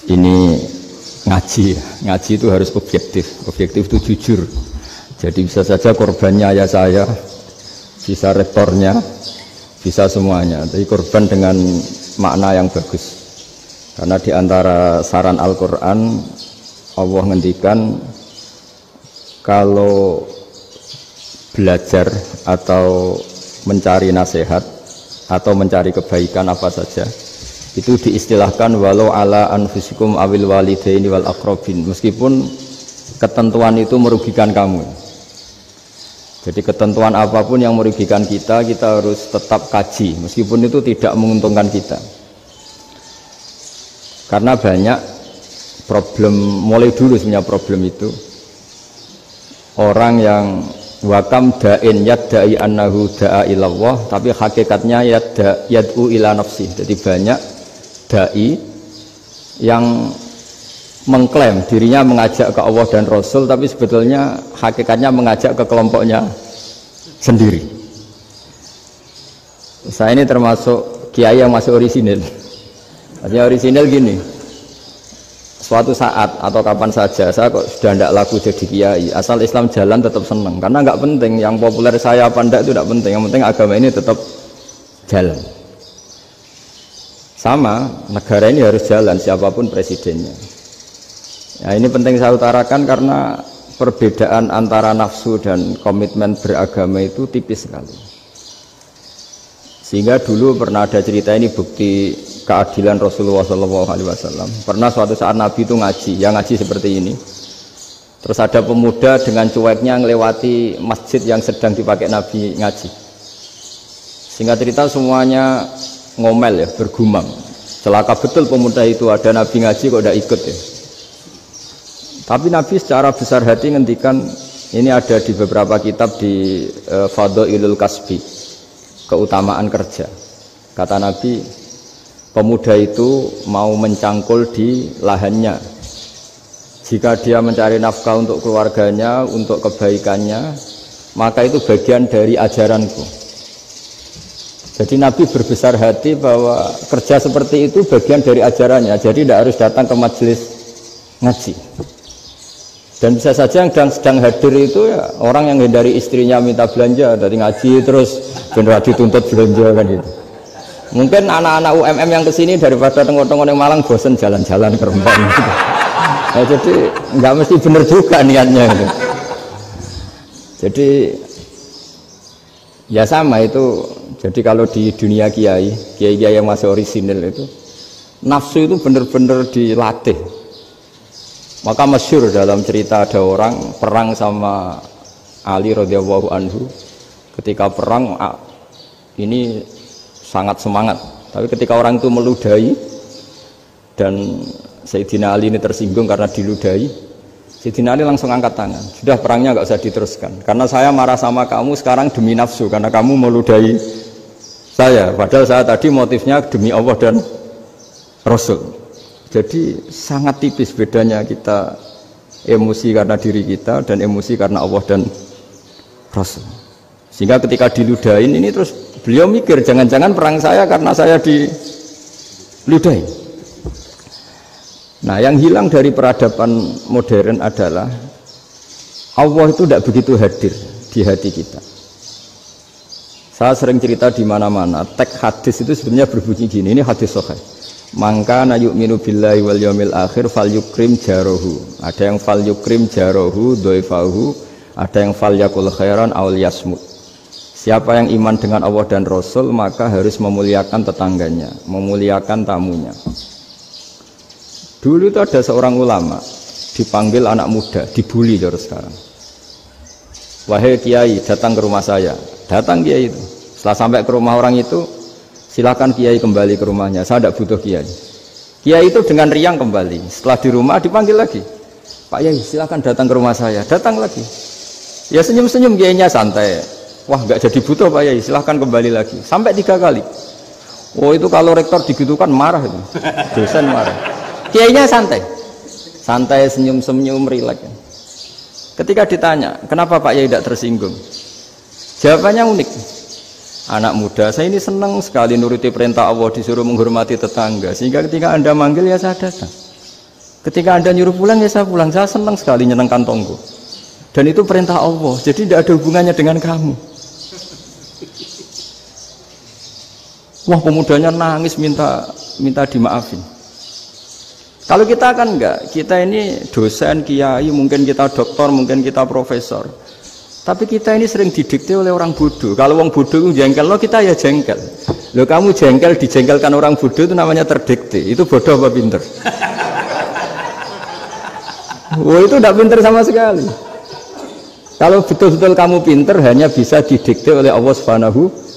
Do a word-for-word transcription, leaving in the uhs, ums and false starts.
ini ngaji, ngaji itu harus objektif, objektif itu jujur. Jadi bisa saja korbannya ayah saya, bisa rektornya, bisa semuanya. Tapi korban dengan makna yang bagus. Karena di antara saran Al-Quran, Allah ngendikan kalau belajar atau mencari nasihat atau mencari kebaikan apa saja itu diistilahkan walau ala anfusikum awil walidaini wal aqrabin, meskipun ketentuan itu merugikan kamu. Jadi ketentuan apapun yang merugikan kita, kita harus tetap kaji meskipun itu tidak menguntungkan kita. Karena banyak problem, mulai dulu sebenarnya problem itu orang yang wakam da'in yadda'i annahu da'a ilallah tapi hakikatnya yadda, yad'u ila nafsi. Jadi banyak da'i yang mengklaim dirinya mengajak ke Allah dan Rasul tapi sebetulnya hakikatnya mengajak ke kelompoknya sendiri. Saya ini termasuk kiai yang masih orisinil. Artinya orisinil gini, suatu saat atau kapan saja saya kok sudah tidak laku jadi kiai, asal Islam jalan tetap senang, karena nggak penting yang populer saya apa enggak itu tidak penting, yang penting agama ini tetap jalan. Sama negara ini harus jalan siapapun presidennya. Nah, ini penting saya utarakan karena perbedaan antara nafsu dan komitmen beragama itu tipis sekali. Sehingga dulu pernah ada cerita, ini bukti keadilan Rasulullah shallallahu alaihi wasallam. Pernah suatu saat Nabi itu ngaji, yang ngaji seperti ini. Terus ada pemuda dengan cueknya ngelewati masjid yang sedang dipakai Nabi ngaji. Singkat cerita semuanya ngomel ya, bergumam. Celaka betul pemuda itu, ada Nabi ngaji kok tidak ikut ya. Tapi Nabi secara besar hati ngendikan, ini ada di beberapa kitab di uh, Fadhailul Kasbi, keutamaan kerja. Kata Nabi, pemuda itu mau mencangkul di lahannya. Jika dia mencari nafkah untuk keluarganya, untuk kebaikannya, maka itu bagian dari ajaranku. Jadi Nabi berbesar hati bahwa kerja seperti itu bagian dari ajarannya. Jadi tidak harus datang ke majelis ngaji. Dan bisa saja yang sedang, sedang hadir itu ya orang yang hindari istrinya minta belanja dari ngaji terus benar dituntut belanja kan gitu. Mungkin anak-anak U M M yang kesini daripada tengok-tengok yang Malang bosen jalan-jalan ke Rembang gitu. Nah, jadi nggak mesti benar juga niatnya gitu. Jadi ya sama itu. Jadi kalau di dunia kiai, kiai-kiai yang masih orisinil itu nafsu itu benar-benar dilatih. Maka masyhur dalam cerita ada orang perang sama Ali radhiyallahu anhu. Ketika perang ini sangat semangat, tapi ketika orang itu meludahi dan Sayyidina Ali ini tersinggung karena diludahi, Sayyidina Ali langsung angkat tangan, sudah perangnya nggak usah diteruskan karena saya marah sama kamu sekarang demi nafsu karena kamu meludahi saya, padahal saya tadi motifnya demi Allah dan Rasul. Jadi sangat tipis bedanya kita emosi karena diri kita dan emosi karena Allah dan Rasul. Sehingga ketika diludahin ini terus beliau mikir jangan-jangan perang saya karena saya diludahin. Nah, yang hilang dari peradaban modern adalah Allah itu tidak begitu hadir di hati kita. Saya sering cerita di mana-mana, teks hadis itu sebenarnya berbunyi gini, ini hadis sahih. Mangka na yu'minu billahi wal yaumil akhir fal yukrim jarohu. Ada yang fal yukrim jarohu doifahu, ada yang fal yakul khairan aul yasmut. Siapa yang iman dengan Allah dan Rasul maka harus memuliakan tetangganya, memuliakan tamunya. Dulu itu ada seorang ulama dipanggil anak muda, dibully terus sekarang. Wahai kiai, datang ke rumah saya. Datang kiai itu. Setelah sampai ke rumah orang itu, silakan kiai kembali ke rumahnya. Saya tidak butuh kiai. Kiai itu dengan riang kembali. Setelah di rumah dipanggil lagi. Pak Yai, silakan datang ke rumah saya. Datang lagi. Ya senyum-senyum kiainya santai. Wah, nggak jadi butuh Pak Yai. Silakan kembali lagi. Sampai tiga kali. Oh itu kalau rektor digitukan marah itu. Dosen marah. Kiainya santai. Santai, senyum-senyum, rileks. Ketika ditanya, kenapa Pak Yai tidak tersinggung? Jawabannya unik. Anak muda, saya ini senang sekali nuruti perintah Allah, disuruh menghormati tetangga. Sehingga ketika Anda manggil ya saya datang. Ketika Anda nyuruh pulang ya saya pulang, saya senang sekali nyenang kantongku. Dan itu perintah Allah, jadi tidak ada hubungannya dengan kamu. Wah, pemudanya nangis minta minta dimaafin. Kalau kita kan enggak, kita ini dosen, kiai, mungkin kita doktor, mungkin kita profesor. Tapi kita ini sering didikte oleh orang bodoh. Kalau orang bodoh itu jengkel, lo kita ya jengkel. Lo kamu jengkel, dijengkelkan orang bodoh itu namanya terdikte. Itu bodoh apa pinter? Wah, itu tidak pinter sama sekali. Kalau betul-betul kamu pinter, hanya bisa didikte oleh Allah Subhanahu